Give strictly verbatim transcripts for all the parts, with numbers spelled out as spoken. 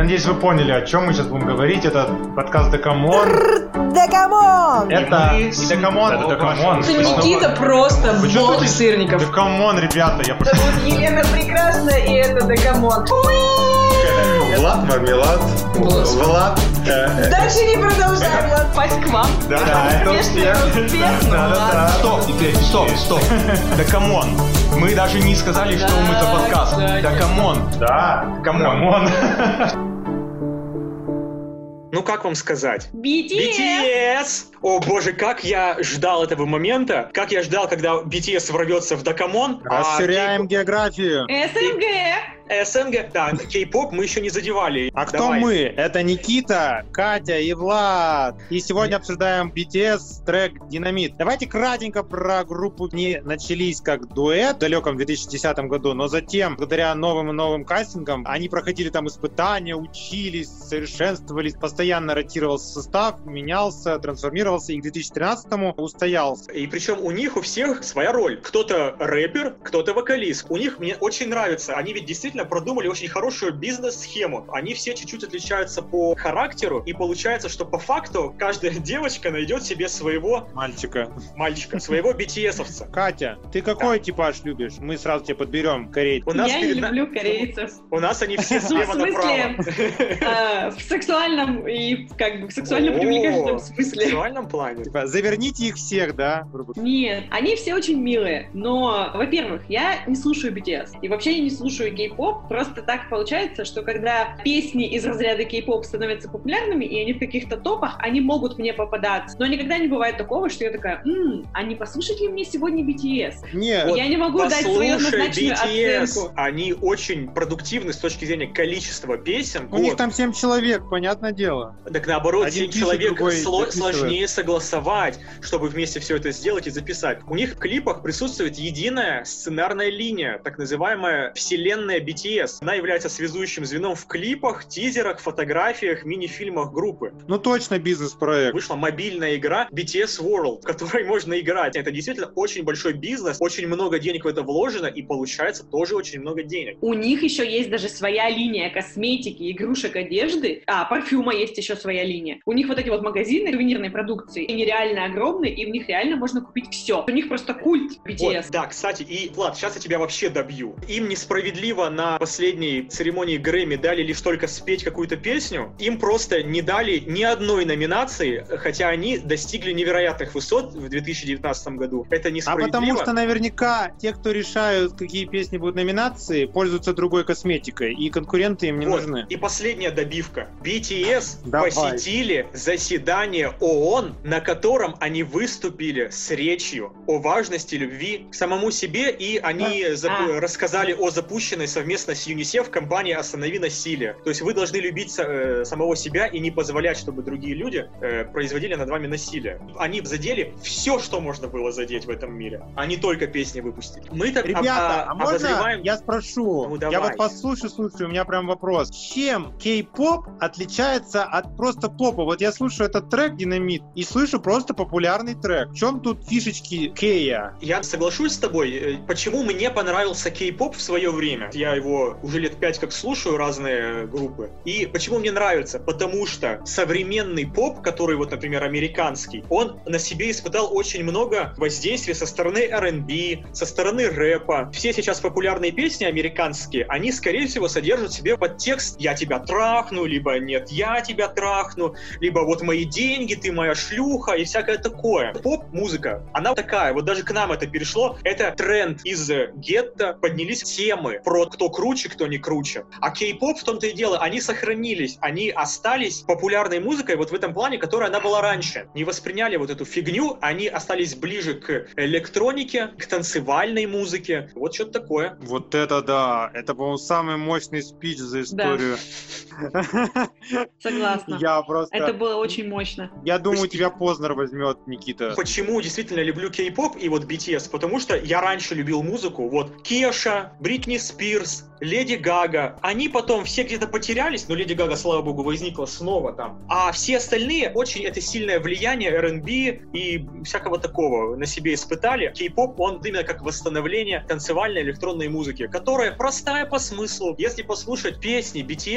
надеюсь, вы поняли, о чем мы сейчас будем говорить. Это подкаст Декамон. Декамон! Это не Декамон, это Декамон. Это Никита просто бог сырников. Декамон, ребята, я просто... Зовут Елена Прекрасная, и это Декамон. Влад Мармелад. Влад. Дальше не продолжаем, Влад, пасть к вам. Да, это успех. Да-да-да. Стоп, теперь, стоп, стоп. Да камон. Мы даже не сказали, что мы за подкаст. Да камон. Да, камон. Ну, как вам сказать? би ти эс! би ти эс! О боже, как я ждал этого момента. Как я ждал, когда би ти эс ворвется в Декамон. Расширяем а географию. СНГ! СНГ, да, кей-поп мы еще не задевали. А кто Давай. мы? Это Никита, Катя и Влад. И сегодня обсуждаем би ти эс трек «Динамит». Давайте кратенько про группу. Не начались как дуэт в далеком две тысячи десятом году, но затем, благодаря новым и новым кастингам, они проходили там испытания, учились, совершенствовались, постоянно ротировался состав, менялся, трансформировался и к две тысячи тринадцатому устоялся. И причем у них у всех своя роль. Кто-то рэпер, кто-то вокалист. У них мне очень нравится. Они ведь действительно продумали очень хорошую бизнес-схему. Они все чуть-чуть отличаются по характеру, и получается, что по факту каждая девочка найдет себе своего Мальчика. мальчика, своего би ти эсовца. Катя, ты какой типаж любишь? Мы сразу тебе подберем корейцев. У нас Я перед не на- люблю корейцев. У нас они все Ну, в слева смысле, направо. э, в сексуальном и как бы в сексуально О, привлекательном В смысле. сексуальном плане. Типа, заверните их всех, да? грубо говоря. Нет, они все очень милые, но, во-первых, я не слушаю би ти эс, и вообще я не слушаю кей-поп, просто так получается, что когда песни из разряда кей-поп становятся популярными, и они в каких-то топах, они могут мне попадаться, но никогда не бывает такого, что я такая, «Ммм, а не послушать ли мне сегодня би ти эс?» Нет. Вот Я не могу дать свою Послушай, однозначную би ти эс, оценку. они очень продуктивны с точки зрения количества песен. У них Вот. там семь человек, понятное дело. Так наоборот, Один семь пишет, человек другой сло- записывает. сложнее согласовать, чтобы вместе все это сделать и записать. У них в клипах присутствует единая сценарная линия, так называемая вселенная би ти эс. Она является связующим звеном в клипах, тизерах, фотографиях, мини-фильмах группы. Ну точно бизнес-проект. Вышла мобильная игра би ти эс World, в которой можно играть. Это действительно очень большой бизнес, очень много денег в это вложено, и получается тоже очень много денег. У них еще есть даже своя линия косметики, игрушек, одежды. А, парфюма есть еще своя линия. У них вот эти вот магазины сувенирной продукции, они реально огромные, и в них реально можно купить все. У них просто культ би ти эс. Вот, да, кстати, и, Влад, сейчас я тебя вообще добью. Им несправедливо на последней церемонии Грэмми дали лишь только спеть какую-то песню. Им просто не дали ни одной номинации, хотя они достигли невероятных высот в две тысячи девятнадцатом году. Это А несправедливо. потому что наверняка те, кто решают, какие песни будут номинации, пользуются другой косметикой, и конкуренты им не Вот. нужны. И последняя добивка. би ти эс Давай. посетили заседание ООН, на котором они выступили с речью о важности любви к самому себе, и они запу- А. рассказали о запущенной совместно с ЮНИСЕФ кампании «Останови насилие». То есть вы должны любить э, самого себя и не позволять, чтобы другие люди э, производили над вами насилие. Они задели все, что можно было задеть в этом мире, а не только песни выпустили. Мы так Ребята, об- а а- можно обозреваем... я спрошу? Ну, я давай. вот послушаю, слушаю, у меня прям вопрос. Чем кей-поп отличается от просто попа? Вот я слушаю этот трек «Динамит» и слышу просто популярный трек. В чем тут фишечки кея? Я соглашусь с тобой. Э, Почему мне понравился кей-поп в свое время? Я его уже лет пять как слушаю, разные группы. И почему мне нравится? Потому что современный поп, который вот, например, американский, он на себе испытал очень много воздействия со стороны ар энд би, со стороны рэпа. Все сейчас популярные песни американские, они, скорее всего, содержат в себе подтекст «я тебя трахну», либо «нет, я тебя трахну», либо «вот мои деньги, ты моя шлюха» и всякое такое. Поп-музыка, она такая, вот даже к нам это перешло, это тренд из гетто, поднялись темы про кто круче, кто не круче. А кей-поп в том-то и дело, они сохранились, они остались популярной музыкой вот в этом плане, которая она была раньше. Не восприняли вот эту фигню, они остались ближе к электронике, к танцевальной музыке. Вот что-то такое. Вот это да! Это, по-моему, самый мощный спич за историю. Согласна. Я просто... Это было очень мощно. Я думаю, Пусть- тебя Познер возьмет, Никита. Почему действительно люблю кей-поп и вот би ти эс? Потому что я раньше любил музыку. Вот Кеша, Бритни Спирс, Леди Гага. Они потом все где-то потерялись, но Леди Гага, слава богу, возникла снова там. А все остальные очень это сильное влияние ар энд би и всякого такого на себе испытали. Кей-поп, он именно как восстановление танцевальной электронной музыки, которая простая по смыслу. Если послушать песни би ти эс, вот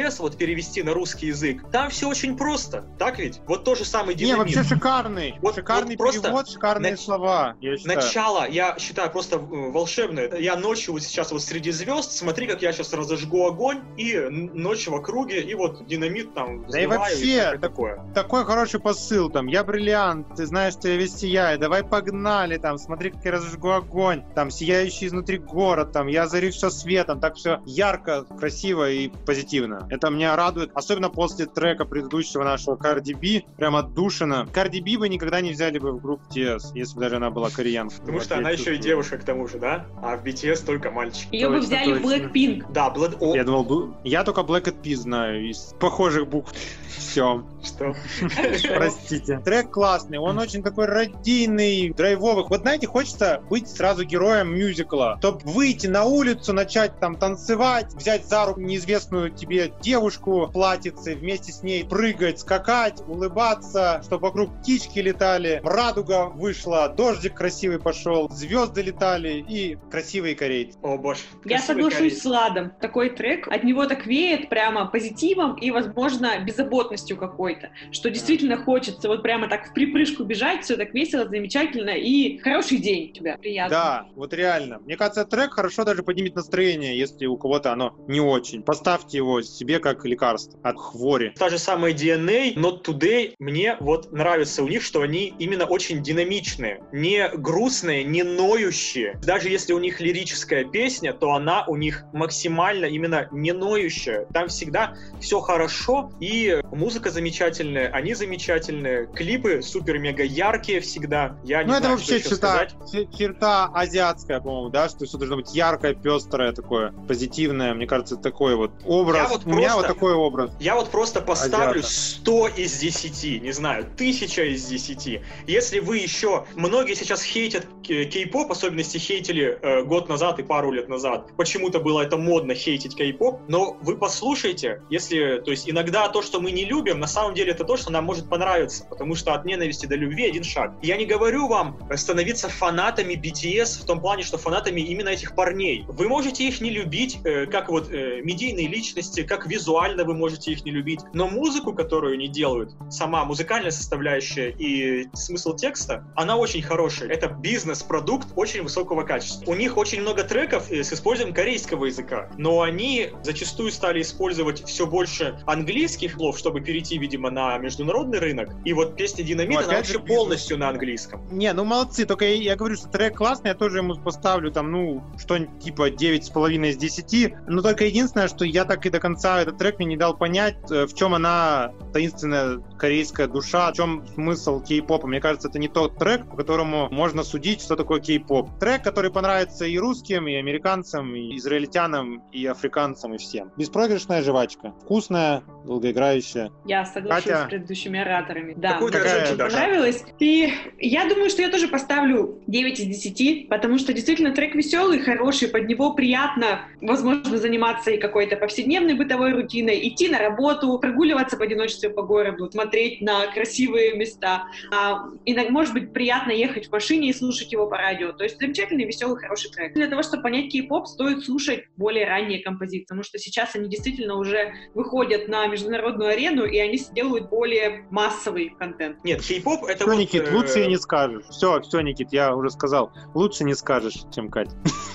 перевести на русский язык. Там все очень просто, так ведь? Вот то же самое Не, «Динамит». вообще шикарный. Вот- шикарный вот просто перевод, шикарные нач- слова, я считаю. Начало, я считаю, просто э, волшебное. Я ночью вот сейчас вот среди звезд, смотри, как я сейчас разожгу огонь, и н- ночь в округе, и вот динамит там Да и взрываю, вообще, всякое такое. Такой хороший посыл, там, я бриллиант, ты знаешь, что я весь сияю, давай погнали, там, смотри, как я разожгу огонь, там, сияющий изнутри город, там, я озарю все светом, так все ярко, красиво и позитивно. Это меня радует, особенно после трека предыдущего нашего Cardi B, прям отдушина. Cardi B вы никогда не взяли бы в группу ти эс, если бы даже она была кореянкой. Потому Вот, что я она еще и чувствую. девушка к тому же, да? А в би ти эс только мальчик. Ее бы Точно, взяли в точно. Blackpink. Да, Blood... О, Я думал, бу- я только Black Eyed Peas знаю из похожих букв. Все. что? Простите. Трек классный, он очень такой радийный, драйвовый. Вот знаете, хочется быть сразу героем мюзикла, чтобы выйти на улицу, начать там танцевать, взять за руку неизвестную тебе девушку в платьице, вместе с ней прыгать, скакать, улыбаться, чтобы вокруг птички летали, радуга вышла, дождик красивый пошел, звезды летали и красивые корейцы. О, боже. Я Красивый соглашусь корейец. с Ладом. Такой трек, от него так веет прямо позитивом и, возможно, беззаботностью какой-то, что действительно хочется вот прямо так в припрыжку бежать, все так весело, замечательно, и хороший день у тебя, приятно. Да, вот реально. Мне кажется, трек хорошо даже поднимет настроение, если у кого-то оно не очень. Поставьте его себе как лекарство от хвори. Та же самая ди эн эй, Not Today, мне вот нравится у них, что они именно очень динамичные, не грустные, не ноющие. Даже если у них лирическая песня, то она у них максимально именно не ноющая. Там всегда все хорошо, и музыка замечательная, они замечательные, клипы супер-мега яркие всегда. Я не Ну, это знаю, вообще что еще черта, сказать. чер- черта азиатская, по-моему, да, что все должно быть яркое, пестрое такое, позитивное. Мне кажется, такой вот образ. Я вот У меня просто- вот такой образ. Я вот просто поставлю Азиата. сто из десяти, не знаю, тысяча из десяти. Если вы еще... Многие сейчас хейтят к- кей-поп, особенности хейтили э, год назад и пару лет назад. Почему-то было это модно хейтить кей-поп, но вы послушайте, если... То есть иногда то, что мы не любим, на самом деле это то, что нам может понравиться, потому что от ненависти до любви один шаг. Я не говорю вам становиться фанатами би ти эс в том плане, что фанатами именно этих парней. Вы можете их не любить, э, как вот э, медийные личности, как визуально вы можете их не любить, но музыку, которую они делают, сама музыкальная составляющая и смысл текста, она очень хорошая. Это бизнес-продукт очень высокого качества. У них очень много треков э, с использованием корейского языка, но они зачастую стали использовать все больше английских слов, чтобы перейти, видимо, на международный рынок. И вот песня «Динамит», Ну, она опять вообще же, бизнес. полностью на английском. Не, ну молодцы, только я, я говорю, что трек классный, я тоже ему поставлю там, ну, что-нибудь типа девять с половиной из десяти, но только единственное, что я так и до конца этот трек мне не дал понять, э, в чем она, таинственная корейская душа, в чем смысл кей-попа. Мне кажется, это не тот трек, по которому можно судить, что такое кей-поп. Трек, который понравится и русским, и американцам, и израильтянам, и африканцам, и всем. Беспроигрышная жвачка. Вкусная, долгоиграющая. Я соглашусь Катя? с предыдущими ораторами. Да, Какую мне ты тоже оценку очень дашь? понравилось. И я думаю, что я тоже поставлю девять из десяти, потому что действительно трек веселый, хороший, под него приятно, возможно, заниматься и какой-то повседневной бытовой рутиной, идти на работу, прогуливаться в одиночестве по городу, смотреть на красивые места. А, иногда, может быть, приятно ехать в машине и слушать его по радио. То есть замечательный, веселый, хороший трек. Для того, чтобы понять кей-поп, стоит слушать более ранние композиции, потому что сейчас они действительно уже выходят на международную арену, и они делают более массовый контент. Нет, кей-поп это Все, вот... Никит, э, лучше и не скажешь. Все, все, Никит, я уже сказал. Лучше не скажешь, чем Катя.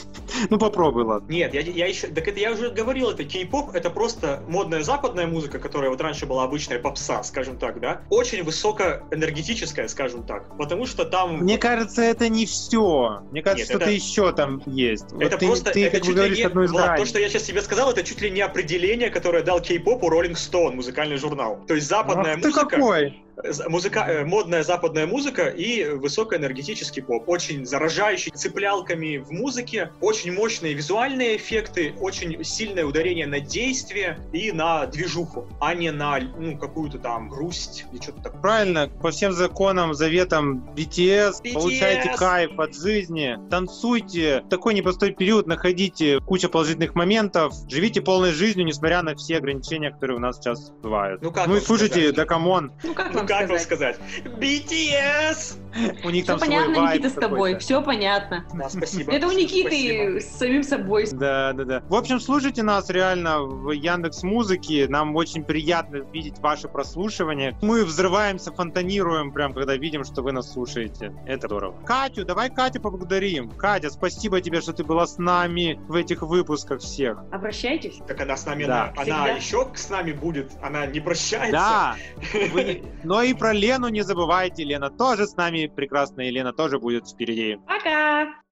Ну попробуй, ладно. Нет, я, я еще... Так это я уже говорил, это кей-поп, это просто модная западная музыка, которая вот раньше была обычная попса, скажем так, да? Очень высокоэнергетическая, скажем так, потому что там... Мне кажется, это не все. Мне кажется, Нет, что-то это- еще там есть. Вот Это ты, просто, ты это как бы чуть ли говоришь не, одну из Влад, то, граней. что я сейчас тебе сказал, это чуть ли не определение, которое дал кей-попу Rolling Stone, музыкальный журнал. То есть западная Ах ты музыка... какой? З- Музыка, э, модная западная музыка и высокоэнергетический поп. Очень заражающий цеплялками в музыке, очень мощные визуальные эффекты, очень сильное ударение на действие и на движуху, а не на ну, какую-то там грусть или что-то такое. Правильно, по всем законам, заветам би ти эс, би ти эс. получайте кайф от жизни, танцуйте, в такой непростой период находите кучу положительных моментов, живите полной жизнью, несмотря на все ограничения, которые у нас сейчас бывают. Ну, как ну и вам слушайте, сказать? да камон. Ну, как Ну вам как вам сказать? сказать? би ти эс! У них Все там свой понятно, вайб Никита, с тобой, какой-то. все понятно. Да, спасибо. Это у Никиты Спасибо. с самим собой. Да, да, да. В общем, слушайте нас реально в Яндекс.Музыке. Нам очень приятно видеть ваше прослушивание. Мы взрываемся, фонтанируем, прям когда видим, что вы нас слушаете. Это здорово. Катю, давай Катю поблагодарим. Катя, спасибо тебе, что ты была с нами в этих выпусках всех. Обращайтесь. Так она с нами, Да. она, Всегда. она еще с нами будет, она не прощается. Да. Вы не- Но и про Лену не забывайте. Лена тоже с нами прекрасная. И Лена тоже будет впереди. Пока!